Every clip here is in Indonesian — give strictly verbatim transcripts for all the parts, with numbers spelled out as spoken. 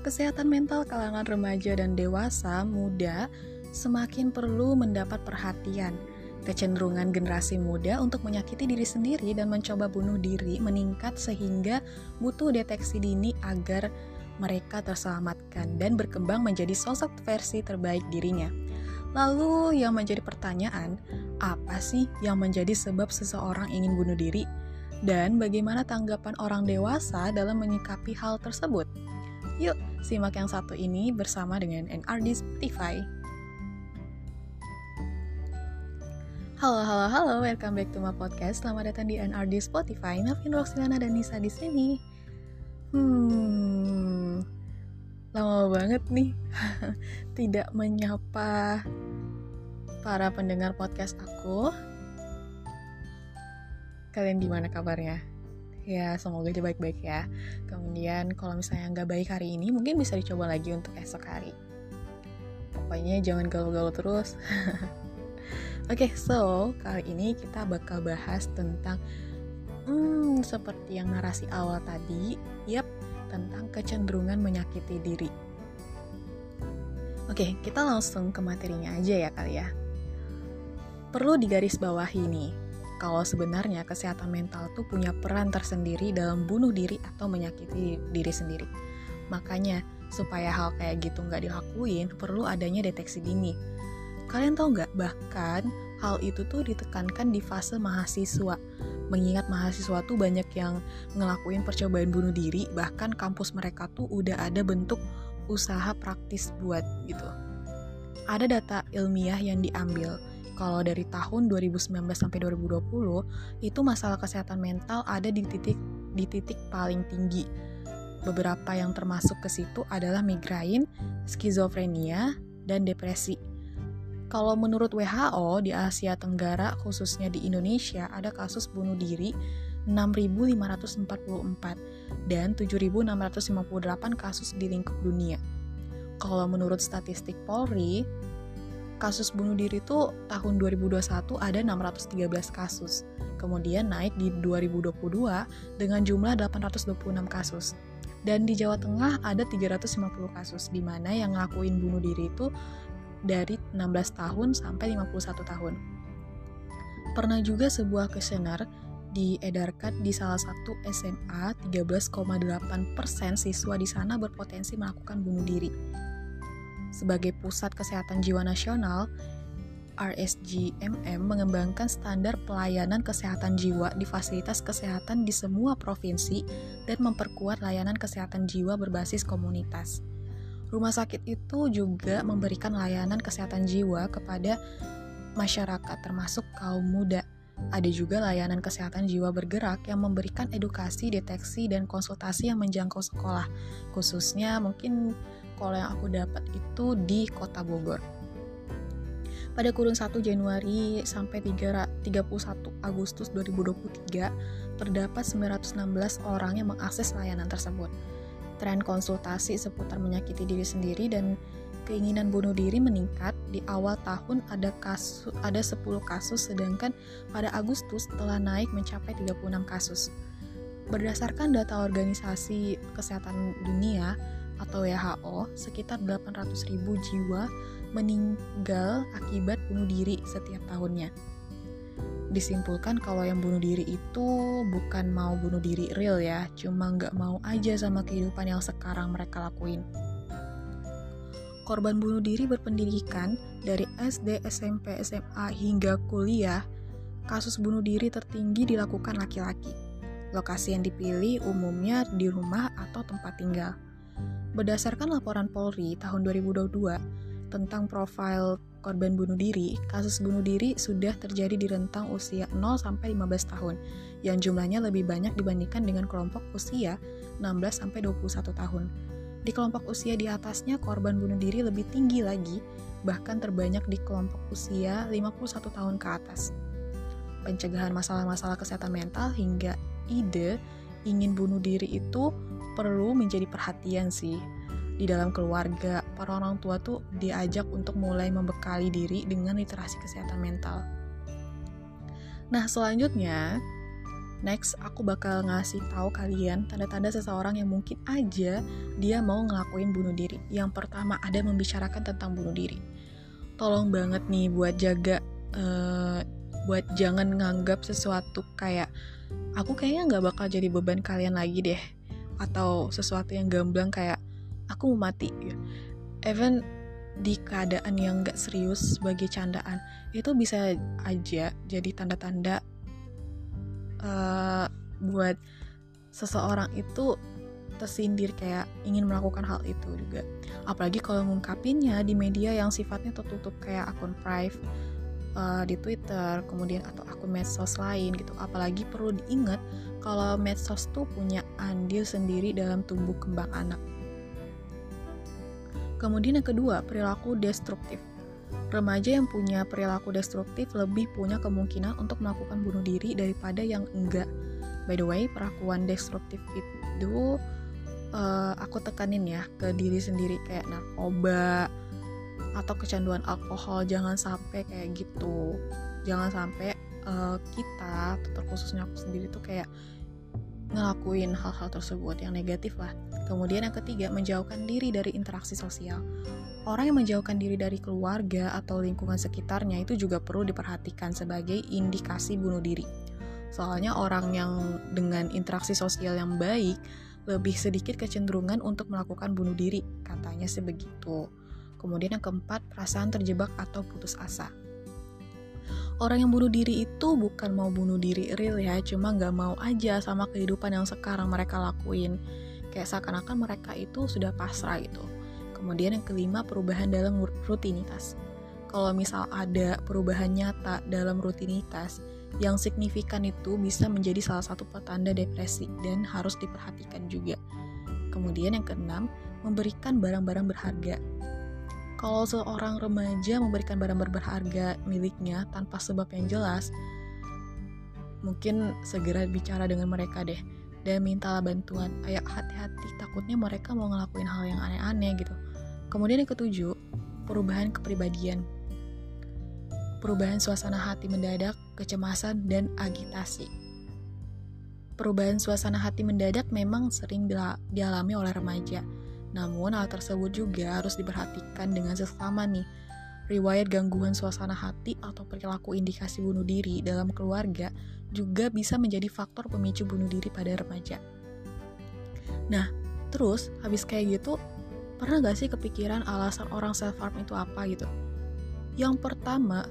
Kesehatan mental kalangan remaja dan dewasa muda semakin perlu mendapat perhatian. Kecenderungan generasi muda untuk menyakiti diri sendiri dan mencoba bunuh diri meningkat sehingga butuh deteksi dini agar mereka terselamatkan dan berkembang menjadi sosok versi terbaik dirinya. Lalu yang menjadi pertanyaan, apa sih yang menjadi sebab seseorang ingin bunuh diri? Dan bagaimana tanggapan orang dewasa dalam menyikapi hal tersebut? Yuk, simak yang satu ini bersama dengan N R D Spotify. Halo, halo, halo, welcome back to my podcast. Selamat datang di N R D Spotify. Nafin, Roxilana, dan Nisa di sini. Hmm, lama banget nih tidak menyapa para pendengar podcast aku. Kalian gimana kabarnya? Ya, semoga aja baik-baik ya. Kemudian kalau misalnya nggak baik hari ini, mungkin bisa dicoba lagi untuk esok hari. Pokoknya jangan galau-galau terus. Oke, okay, so kali ini kita bakal bahas tentang hmm, seperti yang narasi awal tadi, yap, tentang kecenderungan menyakiti diri. Oke, okay, kita langsung ke materinya aja ya kali ya. Perlu digarisbawahi nih, kalau sebenarnya kesehatan mental tuh punya peran tersendiri dalam bunuh diri atau menyakiti diri sendiri. Makanya, supaya hal kayak gitu nggak dilakuin, perlu adanya deteksi dini. Kalian tahu nggak, bahkan hal itu tuh ditekankan di fase mahasiswa. Mengingat mahasiswa tuh banyak yang ngelakuin percobaan bunuh diri, bahkan kampus mereka tuh udah ada bentuk usaha praktis buat gitu. Ada data ilmiah yang diambil. Kalau dari tahun dua ribu sembilan belas sampai dua ribu dua puluh, itu masalah kesehatan mental ada di titik di titik paling tinggi. Beberapa yang termasuk ke situ adalah migrain, skizofrenia, dan depresi. Kalau menurut W H O di Asia Tenggara, khususnya di Indonesia, ada kasus bunuh diri enam ribu lima ratus empat puluh empat dan tujuh ribu enam ratus lima puluh delapan kasus di lingkup dunia. Kalau menurut statistik Polri, kasus bunuh diri itu tahun dua ribu dua puluh satu ada enam ratus tiga belas kasus. Kemudian naik di dua ribu dua puluh dua dengan jumlah delapan ratus dua puluh enam kasus. Dan di Jawa Tengah ada tiga ratus lima puluh kasus, di mana yang ngelakuin bunuh diri itu dari enam belas tahun sampai lima puluh satu tahun. Pernah juga sebuah kuesioner diedarkan di salah satu S M A, tiga belas koma delapan persen siswa di sana berpotensi melakukan bunuh diri. Sebagai Pusat Kesehatan Jiwa Nasional, R S J M M mengembangkan standar pelayanan kesehatan jiwa di fasilitas kesehatan di semua provinsi dan memperkuat layanan kesehatan jiwa berbasis komunitas. Rumah sakit itu juga memberikan layanan kesehatan jiwa kepada masyarakat termasuk kaum muda. Ada juga layanan kesehatan jiwa bergerak yang memberikan edukasi, deteksi, dan konsultasi yang menjangkau sekolah. Khususnya mungkin kalau yang aku dapat itu di Kota Bogor. Pada kurun satu Januari sampai tiga puluh satu Agustus dua ribu dua puluh tiga, terdapat sembilan ratus enam belas orang yang mengakses layanan tersebut. Tren konsultasi seputar menyakiti diri sendiri dan keinginan bunuh diri meningkat. Di awal tahun ada kasus, ada sepuluh kasus, sedangkan pada Agustus telah naik mencapai tiga puluh enam kasus. Berdasarkan data Organisasi Kesehatan Dunia atau W H O, sekitar delapan ratus ribu jiwa meninggal akibat bunuh diri setiap tahunnya. Disimpulkan kalau yang bunuh diri itu bukan mau bunuh diri real ya, cuma nggak mau aja sama kehidupan yang sekarang mereka lakuin. Korban bunuh diri berpendidikan dari S D, S M P, S M A hingga kuliah, kasus bunuh diri tertinggi dilakukan laki-laki. Lokasi yang dipilih umumnya di rumah atau tempat tinggal. Berdasarkan laporan Polri tahun dua ribu dua puluh dua tentang profil korban bunuh diri, kasus bunuh diri sudah terjadi di rentang usia nol sampai lima belas tahun, yang jumlahnya lebih banyak dibandingkan dengan kelompok usia enam belas sampai dua puluh satu tahun. Di kelompok usia di atasnya, korban bunuh diri lebih tinggi lagi, bahkan terbanyak di kelompok usia lima puluh satu tahun ke atas. Pencegahan masalah-masalah kesehatan mental hingga ide ingin bunuh diri itu perlu menjadi perhatian sih. Di dalam keluarga, para orang tua tuh diajak untuk mulai membekali diri dengan literasi kesehatan mental. Nah, selanjutnya Next, aku bakal ngasih tahu kalian tanda-tanda seseorang yang mungkin aja dia mau ngelakuin bunuh diri. Yang pertama, ada membicarakan tentang bunuh diri. Tolong banget nih buat jaga, uh, buat jangan nganggap sesuatu kayak aku kayaknya nggak bakal jadi beban kalian lagi deh, atau sesuatu yang gamblang kayak aku mau mati. Even di keadaan yang nggak serius sebagai candaan, itu bisa aja jadi tanda-tanda Uh, buat seseorang itu tersindir kayak ingin melakukan hal itu juga. Apalagi kalau ngungkapinnya di media yang sifatnya tertutup kayak akun private uh, di Twitter, kemudian atau akun medsos lain gitu. Apalagi perlu diingat kalau medsos tuh punya andil sendiri dalam tumbuh kembang anak. Kemudian yang kedua, perilaku destruktif. Remaja yang punya perilaku destruktif lebih punya kemungkinan untuk melakukan bunuh diri daripada yang enggak. By the way, perlakuan destruktif itu uh, aku tekanin ya ke diri sendiri kayak narkoba atau kecanduan alkohol, jangan sampai kayak gitu. Jangan sampai uh, kita, terkhususnya aku sendiri tuh kayak ngelakuin hal-hal tersebut yang negatif lah. Kemudian yang ketiga, menjauhkan diri dari interaksi sosial. Orang yang menjauhkan diri dari keluarga atau lingkungan sekitarnya itu juga perlu diperhatikan sebagai indikasi bunuh diri. Soalnya orang yang dengan interaksi sosial yang baik lebih sedikit kecenderungan untuk melakukan bunuh diri, katanya sebegitu. Kemudian yang keempat, perasaan terjebak atau putus asa. Orang yang bunuh diri itu bukan mau bunuh diri real ya, cuma gak mau aja sama kehidupan yang sekarang mereka lakuin. Kayak seakan-akan mereka itu sudah pasrah gitu. Kemudian yang kelima, perubahan dalam rutinitas. Kalau misal ada perubahan nyata dalam rutinitas yang signifikan, itu bisa menjadi salah satu petanda depresi dan harus diperhatikan juga. Kemudian yang keenam, memberikan barang-barang berharga. Kalau seorang remaja memberikan barang berharga miliknya tanpa sebab yang jelas, mungkin segera bicara dengan mereka deh dan mintalah bantuan. Ayo hati-hati, takutnya mereka mau ngelakuin hal yang aneh-aneh gitu. Kemudian yang ketujuh, perubahan kepribadian. Perubahan suasana hati mendadak, kecemasan, dan agitasi. Perubahan suasana hati mendadak memang sering dialami oleh remaja. Namun hal tersebut juga harus diperhatikan dengan seksama nih. Riwayat gangguan suasana hati atau perilaku indikasi bunuh diri dalam keluarga juga bisa menjadi faktor pemicu bunuh diri pada remaja. Nah, terus habis kayak gitu, pernah gak sih kepikiran alasan orang self-harm itu apa gitu? Yang pertama,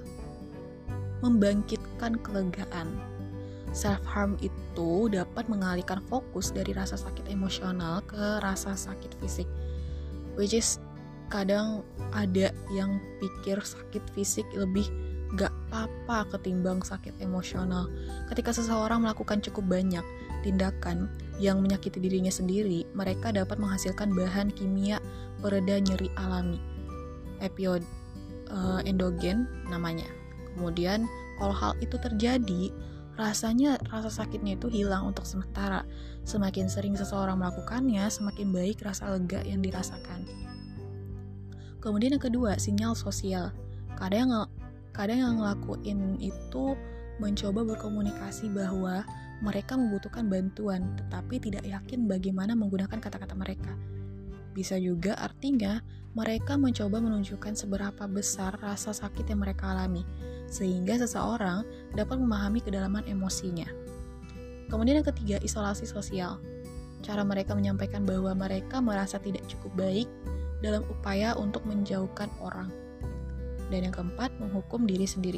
membangkitkan kelegaan. Self-harm itu dapat mengalihkan fokus dari rasa sakit emosional ke rasa sakit fisik. Which is, kadang ada yang pikir sakit fisik lebih gak apa-apa ketimbang sakit emosional. Ketika seseorang melakukan cukup banyak tindakan yang menyakiti dirinya sendiri, mereka dapat menghasilkan bahan kimia pereda nyeri alami, opioid uh, endogen namanya. Kemudian kalau hal itu terjadi, rasanya rasa sakitnya itu hilang untuk sementara. Semakin sering seseorang melakukannya, semakin baik rasa lega yang dirasakan. Kemudian yang kedua, sinyal sosial. Kadang yang kadang yang ngelakuin itu mencoba berkomunikasi bahwa mereka membutuhkan bantuan, tetapi tidak yakin bagaimana menggunakan kata-kata mereka. Bisa juga artinya mereka mencoba menunjukkan seberapa besar rasa sakit yang mereka alami, sehingga seseorang dapat memahami kedalaman emosinya. Kemudian yang ketiga, isolasi sosial. Cara mereka menyampaikan bahwa mereka merasa tidak cukup baik dalam upaya untuk menjauhkan orang. Dan yang keempat, menghukum diri sendiri.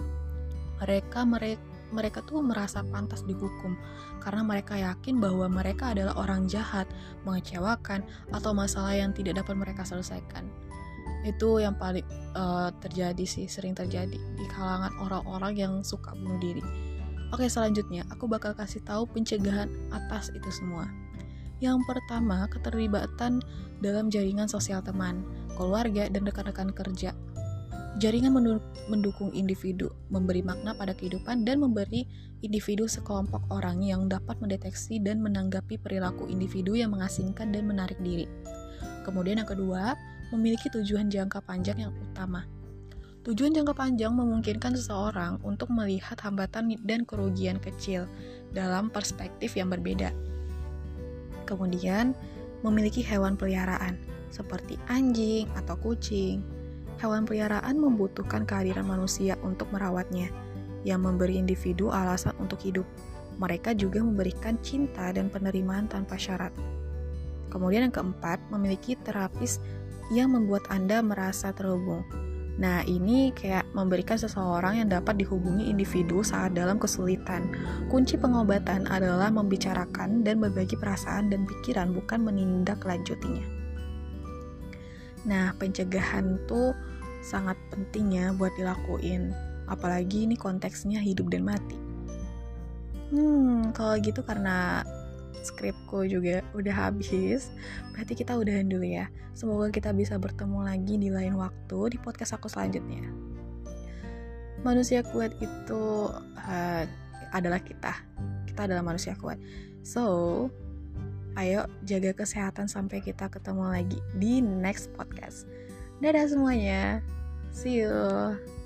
Mereka mereka mereka tuh merasa pantas dihukum karena mereka yakin bahwa mereka adalah orang jahat, mengecewakan, atau masalah yang tidak dapat mereka selesaikan. Itu yang paling uh, terjadi sih, sering terjadi di kalangan orang-orang yang suka bunuh diri. Oke, selanjutnya aku bakal kasih tahu pencegahan atas itu semua. Yang pertama, keterlibatan dalam jaringan sosial teman, keluarga, dan rekan-rekan kerja. Jaringan mendukung individu, memberi makna pada kehidupan, dan memberi individu sekelompok orang yang dapat mendeteksi dan menanggapi perilaku individu yang mengasingkan dan menarik diri. Kemudian yang kedua, memiliki tujuan jangka panjang yang utama. Tujuan jangka panjang memungkinkan seseorang untuk melihat hambatan dan kerugian kecil dalam perspektif yang berbeda. Kemudian, memiliki hewan peliharaan seperti anjing atau kucing. Hewan peliharaan membutuhkan kehadiran manusia untuk merawatnya, yang memberi individu alasan untuk hidup. Mereka juga memberikan cinta dan penerimaan tanpa syarat. Kemudian yang keempat, memiliki terapis yang membuat Anda merasa terhubung. Nah, ini kayak memberikan seseorang yang dapat dihubungi individu saat dalam kesulitan. Kunci pengobatan adalah membicarakan dan berbagi perasaan dan pikiran, bukan menindaklanjutinya. Nah, pencegahan tuh sangat penting ya buat dilakuin. Apalagi ini konteksnya hidup dan mati. Hmm, kalau gitu karena skripku juga udah habis, berarti kita udahan dulu ya. Semoga kita bisa bertemu lagi di lain waktu di podcast aku selanjutnya. Manusia kuat itu uh, adalah kita. Kita adalah manusia kuat. So, ayo jaga kesehatan sampai kita ketemu lagi di next podcast. Dadah semuanya. See you.